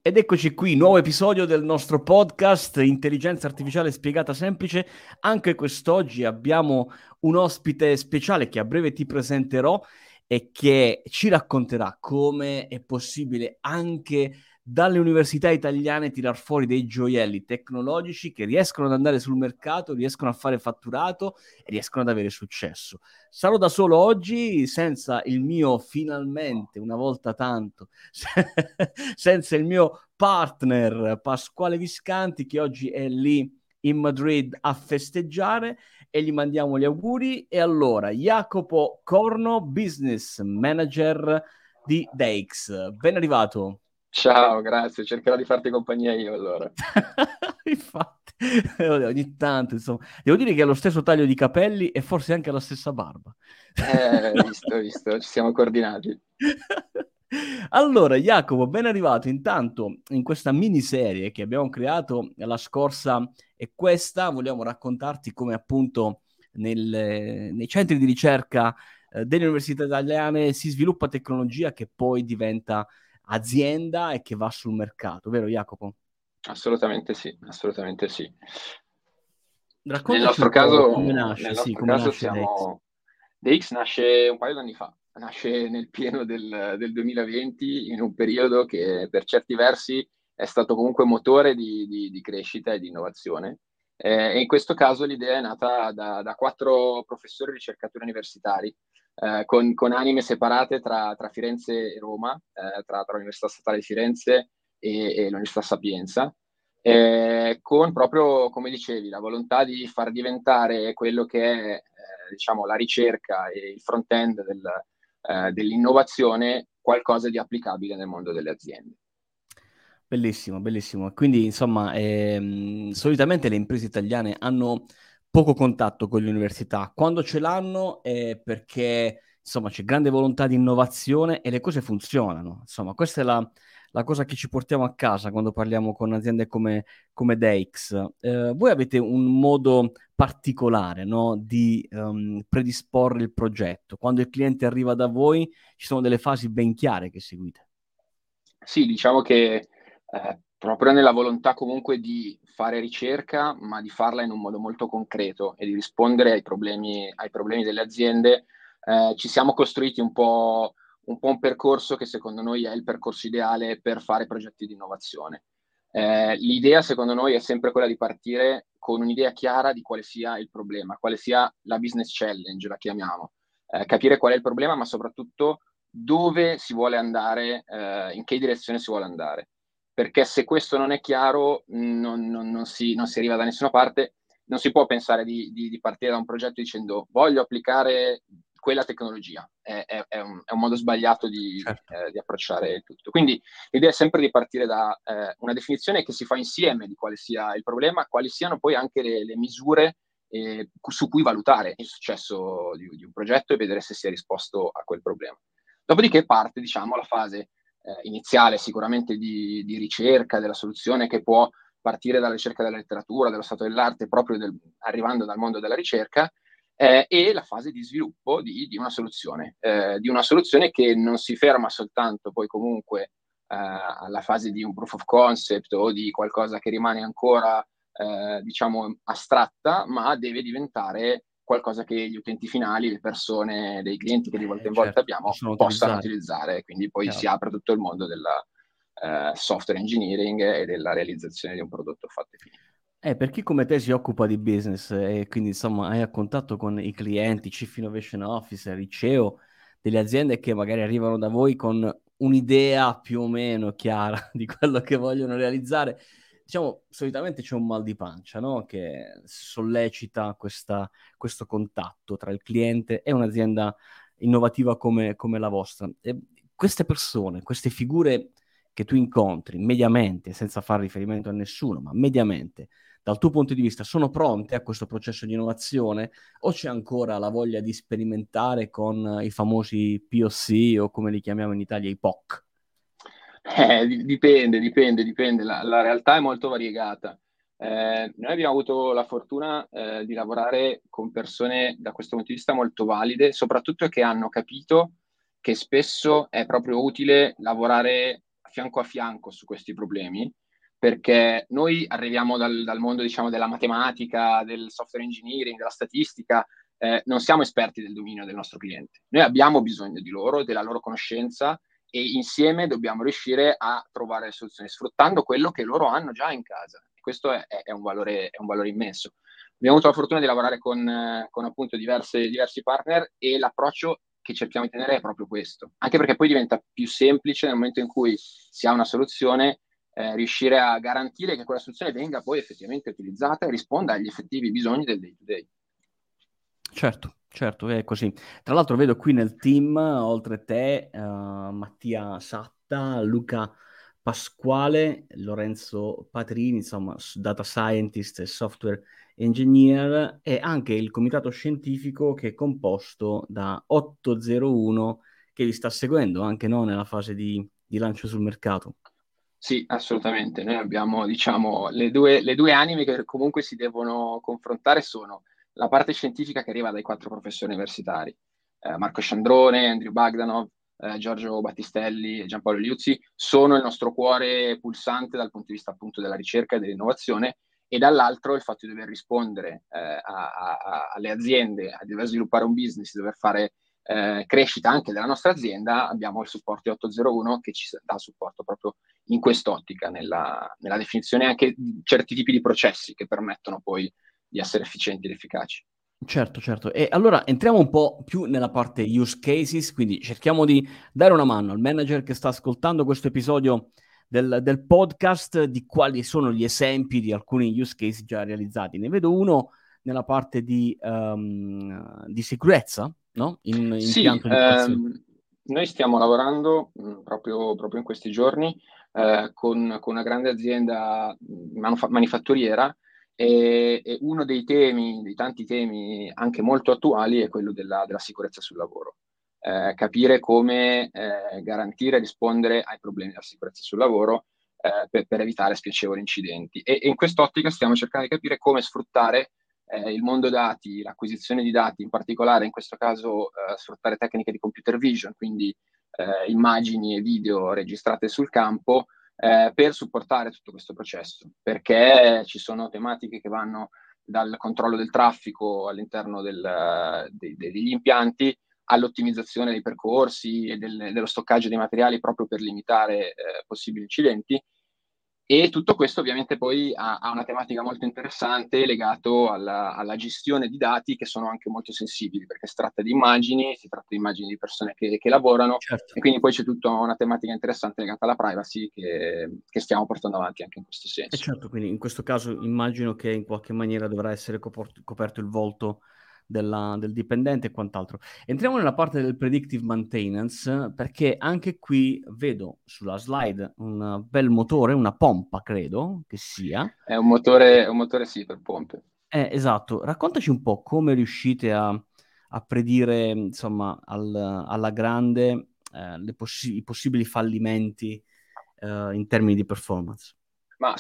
Ed eccoci qui, nuovo episodio del nostro podcast Intelligenza Artificiale Spiegata Semplice. Anche quest'oggi abbiamo un ospite speciale che a breve ti presenterò e che ci racconterà come è possibile anche dalle università italiane tirar fuori dei gioielli tecnologici che riescono ad andare sul mercato, riescono a fare fatturato e riescono ad avere successo. Sarò da solo oggi, senza il mio finalmente, una volta tanto, senza il mio partner Pasquale Viscanti, che oggi è lì in Madrid a festeggiare, e gli mandiamo gli auguri. E allora, Jacopo Corno, business manager diEix. Ben arrivato. Ciao, grazie, cercherò di farti compagnia io allora. Infatti, ogni tanto, insomma, devo dire che ha lo stesso taglio di capelli e forse anche la stessa barba. Visto, ci siamo coordinati. Allora, Jacopo, ben arrivato intanto in questa miniserie che abbiamo creato la scorsa e questa. Vogliamo raccontarti come appunto nei centri di ricerca delle università italiane si sviluppa tecnologia che poi diventa azienda e che va sul mercato, vero Jacopo? Assolutamente sì, assolutamente sì. Nel Raccontaci nostro un po' come caso, nasce, nel sì, nostro come caso nasce Dex. siamo... DX nasce un paio d'anni fa, nasce nel pieno del 2020, in un periodo che per certi versi è stato comunque motore di crescita e di innovazione. E in questo caso l'idea è nata da quattro professori e ricercatori universitari, con anime separate tra Firenze e Roma, tra l'Università Statale di Firenze e l'Università Sapienza, con proprio, come dicevi, la volontà di far diventare quello che è, diciamo, la ricerca e il front-end dell'innovazione qualcosa di applicabile nel mondo delle aziende. Bellissimo, bellissimo. Quindi, insomma, solitamente le imprese italiane hanno poco contatto con le università. Quando ce l'hanno è perché, insomma, c'è grande volontà di innovazione e le cose funzionano. Insomma, questa è la cosa che ci portiamo a casa quando parliamo con aziende comeEix. Voi avete un modo particolare, no, di predisporre il progetto. Quando il cliente arriva da voi, ci sono delle fasi ben chiare che seguite. Sì, diciamo che proprio nella volontà comunque di fare ricerca, ma di farla in un modo molto concreto e di rispondere ai problemi delle aziende, ci siamo costruiti un po' un percorso che secondo noi è il percorso ideale per fare progetti di innovazione. L'idea, secondo noi, è sempre quella di partire con un'idea chiara di quale sia il problema, quale sia la business challenge, la chiamiamo. Capire qual è il problema, ma soprattutto dove si vuole andare, in che direzione si vuole andare. Perché se questo non è chiaro, non si arriva da nessuna parte. Non si può pensare di partire da un progetto dicendo voglio applicare quella tecnologia. È un modo sbagliato Certo. di approcciare il tutto. Quindi l'idea è sempre di partire da una definizione che si fa insieme di quale sia il problema, quali siano poi anche le misure su cui valutare il successo di un progetto e vedere se si è risposto a quel problema. Dopodiché parte, diciamo, la fase iniziale sicuramente di ricerca della soluzione che può partire dalla ricerca della letteratura, dello stato dell'arte, proprio arrivando dal mondo della ricerca, e la fase di sviluppo di una soluzione che non si ferma soltanto poi comunque alla fase di un proof of concept o di qualcosa che rimane ancora diciamo astratta, ma deve diventare qualcosa che gli utenti finali, le persone, dei clienti che di volta in volta Certo, abbiamo, possono possano utilizzare. utilizzare. Quindi poi si Chiaro. apre tutto il mondo della software engineering e della realizzazione di un prodotto fatto e finito. Per chi come te si occupa di business e quindi insomma hai a contatto con i clienti, Chief Innovation Officer, i CEO delle aziende che magari arrivano da voi con un'idea più o meno chiara di quello che vogliono realizzare, diciamo, solitamente c'è un mal di pancia, no? Che sollecita questo contatto tra il cliente e un'azienda innovativa come la vostra. E queste persone, queste figure che tu incontri mediamente, senza fare riferimento a nessuno, ma mediamente, dal tuo punto di vista, sono pronte a questo processo di innovazione o c'è ancora la voglia di sperimentare con i famosi POC o come li chiamiamo in Italia i POC? Dipende. La realtà è molto variegata. Noi abbiamo avuto la fortuna di lavorare con persone da questo punto di vista molto valide, soprattutto che hanno capito che spesso è proprio utile lavorare fianco a fianco su questi problemi, perché noi arriviamo dal mondo, diciamo, della matematica, del software engineering, della statistica, non siamo esperti del dominio del nostro cliente. Noi abbiamo bisogno di loro, della loro conoscenza, e insieme dobbiamo riuscire a trovare le soluzioni sfruttando quello che loro hanno già in casa. E questo è un valore immenso. Abbiamo avuto la fortuna di lavorare con appunto diversi partner, e l'approccio che cerchiamo di tenere è proprio questo, anche perché poi diventa più semplice nel momento in cui si ha una soluzione, riuscire a garantire che quella soluzione venga poi effettivamente utilizzata e risponda agli effettivi bisogni del day to day. Certo, certo, è così. Tra l'altro vedo qui nel team, oltre te, Mattia Satta, Luca Pasquale, Lorenzo Patrini, insomma, data scientist e software engineer, e anche il comitato scientifico che è composto da 801 che vi sta seguendo anche no, nella fase di lancio sul mercato. Sì, assolutamente. Noi abbiamo, diciamo, le due anime che comunque si devono confrontare sono la parte scientifica che arriva dai 4 professori universitari, Marco Sciandrone, Andrew Bagdanov, Giorgio Battistelli e Giampaolo Liuzzi, sono il nostro cuore pulsante dal punto di vista appunto della ricerca e dell'innovazione, e dall'altro il fatto di dover rispondere alle aziende, a dover sviluppare un business, di dover fare crescita anche della nostra azienda. Abbiamo il supporto 801 che ci dà supporto proprio in quest'ottica, nella definizione anche di certi tipi di processi che permettono poi di essere efficienti ed efficaci. Certo, certo. E allora entriamo un po' più nella parte use cases, quindi cerchiamo di dare una mano al manager che sta ascoltando questo episodio del podcast di quali sono gli esempi di alcuni use case già realizzati. Ne vedo uno nella parte di sicurezza, no? In Sì, impianto di produzione. noi stiamo lavorando proprio in questi giorni con una grande azienda manifatturiera, e uno dei tanti temi anche molto attuali è quello della sicurezza sul lavoro. Capire come garantire e rispondere ai problemi della sicurezza sul lavoro, per evitare spiacevoli incidenti. E in quest'ottica stiamo cercando di capire come sfruttare il mondo dati, l'acquisizione di dati, in particolare in questo caso sfruttare tecniche di computer vision, quindi immagini e video registrate sul campo, per supportare tutto questo processo, perché ci sono tematiche che vanno dal controllo del traffico all'interno degli impianti all'ottimizzazione dei percorsi e dello stoccaggio dei materiali proprio per limitare possibili incidenti. E tutto questo ovviamente poi ha una tematica molto interessante legato alla gestione di dati che sono anche molto sensibili, perché si tratta di immagini di persone che lavorano, Certo. e quindi poi c'è tutta una tematica interessante legata alla privacy che stiamo portando avanti anche in questo E senso. certo, quindi in questo caso immagino che in qualche maniera dovrà essere coperto il volto del dipendente e quant'altro. Entriamo nella parte del predictive maintenance, perché anche qui vedo sulla slide un bel motore, una pompa, credo che sia. È un motore sì, per pompe. Esatto, raccontaci un po' come riuscite a predire, insomma, alla grande i possibili fallimenti in termini di performance. Ma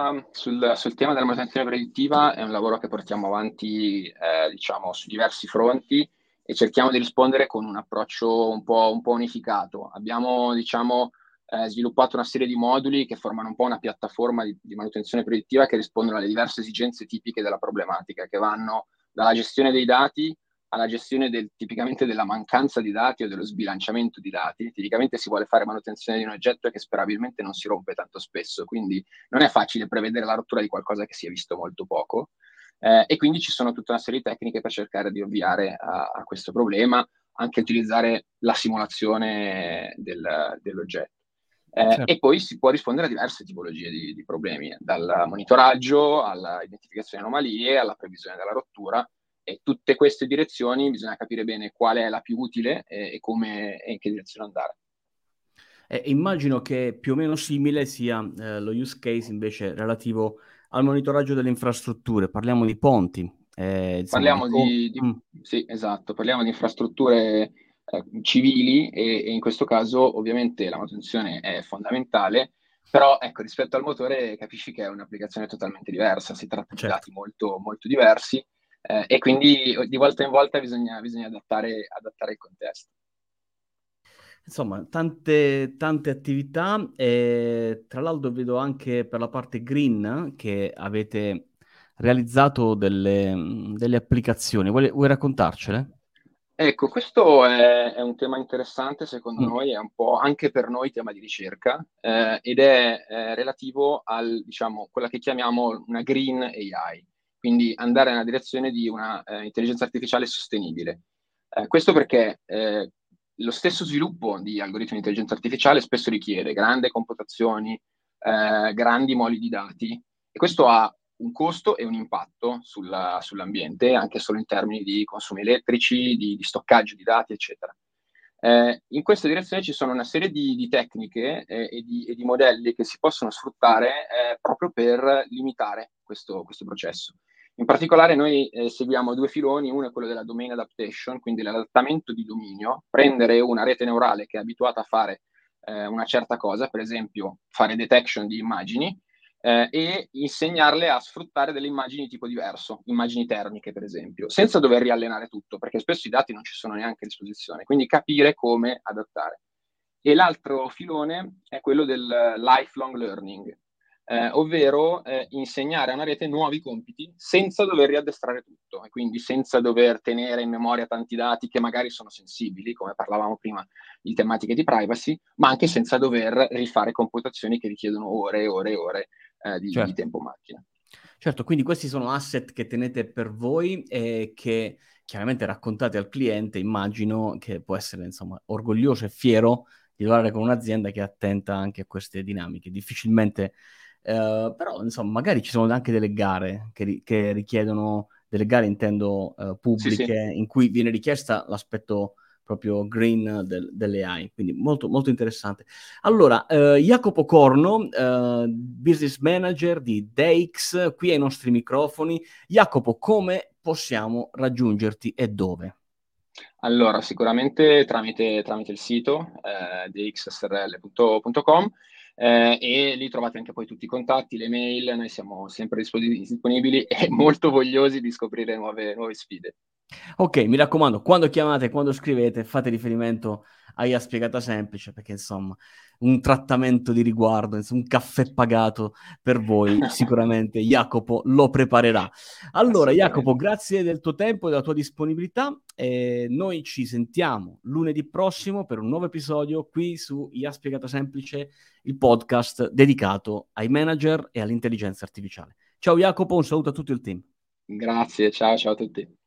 sul tema della manutenzione predittiva è un lavoro che portiamo avanti, diciamo, su diversi fronti, e cerchiamo di rispondere con un approccio un po' unificato. Abbiamo, diciamo, sviluppato una serie di moduli che formano un po' una piattaforma di manutenzione predittiva che rispondono alle diverse esigenze tipiche della problematica, che vanno dalla gestione dei dati alla gestione tipicamente della mancanza di dati o dello sbilanciamento di dati. Tipicamente si vuole fare manutenzione di un oggetto che sperabilmente non si rompe tanto spesso, quindi non è facile prevedere la rottura di qualcosa che si è visto molto poco. E quindi ci sono tutta una serie di tecniche per cercare di ovviare a questo problema, anche utilizzare la simulazione dell'oggetto. Certo. E poi si può rispondere a diverse tipologie di problemi, dal monitoraggio alla identificazione di anomalie, alla previsione della rottura, e tutte queste direzioni bisogna capire bene qual è la più utile e come e in che direzione andare. Immagino che più o meno simile sia lo use case invece relativo al monitoraggio delle infrastrutture. Parliamo di ponti, insomma, Parliamo sì, esatto, parliamo di infrastrutture civili, e in questo caso ovviamente la manutenzione è fondamentale, però ecco, rispetto al motore capisci che è un'applicazione totalmente diversa, si tratta di certo. dati molto, molto diversi, e quindi di volta in volta bisogna adattare il contesto. Insomma, tante attività e tra l'altro vedo anche per la parte green che avete realizzato delle applicazioni. Vuoi raccontarcele? Ecco, questo è un tema interessante secondo Mm. noi, è un po' anche per noi tema di ricerca, ed è relativo al, diciamo, quella che chiamiamo una green AI, quindi andare nella direzione di una intelligenza artificiale sostenibile. Questo perché lo stesso sviluppo di algoritmi di intelligenza artificiale spesso richiede grandi computazioni, grandi moli di dati, e questo ha un costo e un impatto sull'ambiente, anche solo in termini di consumi elettrici, di stoccaggio di dati, eccetera. In questa direzione ci sono una serie di tecniche e di modelli che si possono sfruttare proprio per limitare questo processo. In particolare noi seguiamo due filoni, uno è quello della domain adaptation, quindi l'adattamento di dominio, prendere una rete neurale che è abituata a fare una certa cosa, per esempio fare detection di immagini, e insegnarle a sfruttare delle immagini di tipo diverso, immagini termiche per esempio, senza dover riallenare tutto, perché spesso i dati non ci sono neanche a disposizione, quindi capire come adattare. E l'altro filone è quello del lifelong learning, ovvero insegnare a una rete nuovi compiti senza dover riaddestrare tutto, e quindi senza dover tenere in memoria tanti dati che magari sono sensibili, come parlavamo prima di tematiche di privacy, ma anche senza dover rifare computazioni che richiedono ore e ore e ore di Certo. tempo macchina. Certo, quindi questi sono asset che tenete per voi e che chiaramente raccontate al cliente, immagino che può essere insomma orgoglioso e fiero di lavorare con un'azienda che è attenta anche a queste dinamiche. Difficilmente, però insomma magari ci sono anche delle gare che richiedono, delle gare intendo Sì, sì. pubbliche, in cui viene richiesta l'aspetto proprio green delle AI, quindi molto, molto interessante. Allora, Jacopo Corno, business manager di DEIX, qui ai nostri microfoni. Jacopo, come possiamo raggiungerti e dove? Allora, sicuramente tramite il sito dxsrl.com, e lì trovate anche poi tutti i contatti, le mail, noi siamo sempre disponibili e molto vogliosi di scoprire nuove sfide. Ok, mi raccomando, quando chiamate, quando scrivete, fate riferimento a IA Spiegata Semplice, perché insomma, un trattamento di riguardo, insomma, un caffè pagato per voi, sicuramente Jacopo lo preparerà. Allora, Jacopo, Assolutamente. grazie del tuo tempo e della tua disponibilità. Noi ci sentiamo lunedì prossimo per un nuovo episodio qui su IA Spiegata Semplice, il podcast dedicato ai manager e all'intelligenza artificiale. Ciao Jacopo, un saluto a tutto il team. Grazie, ciao, ciao a tutti.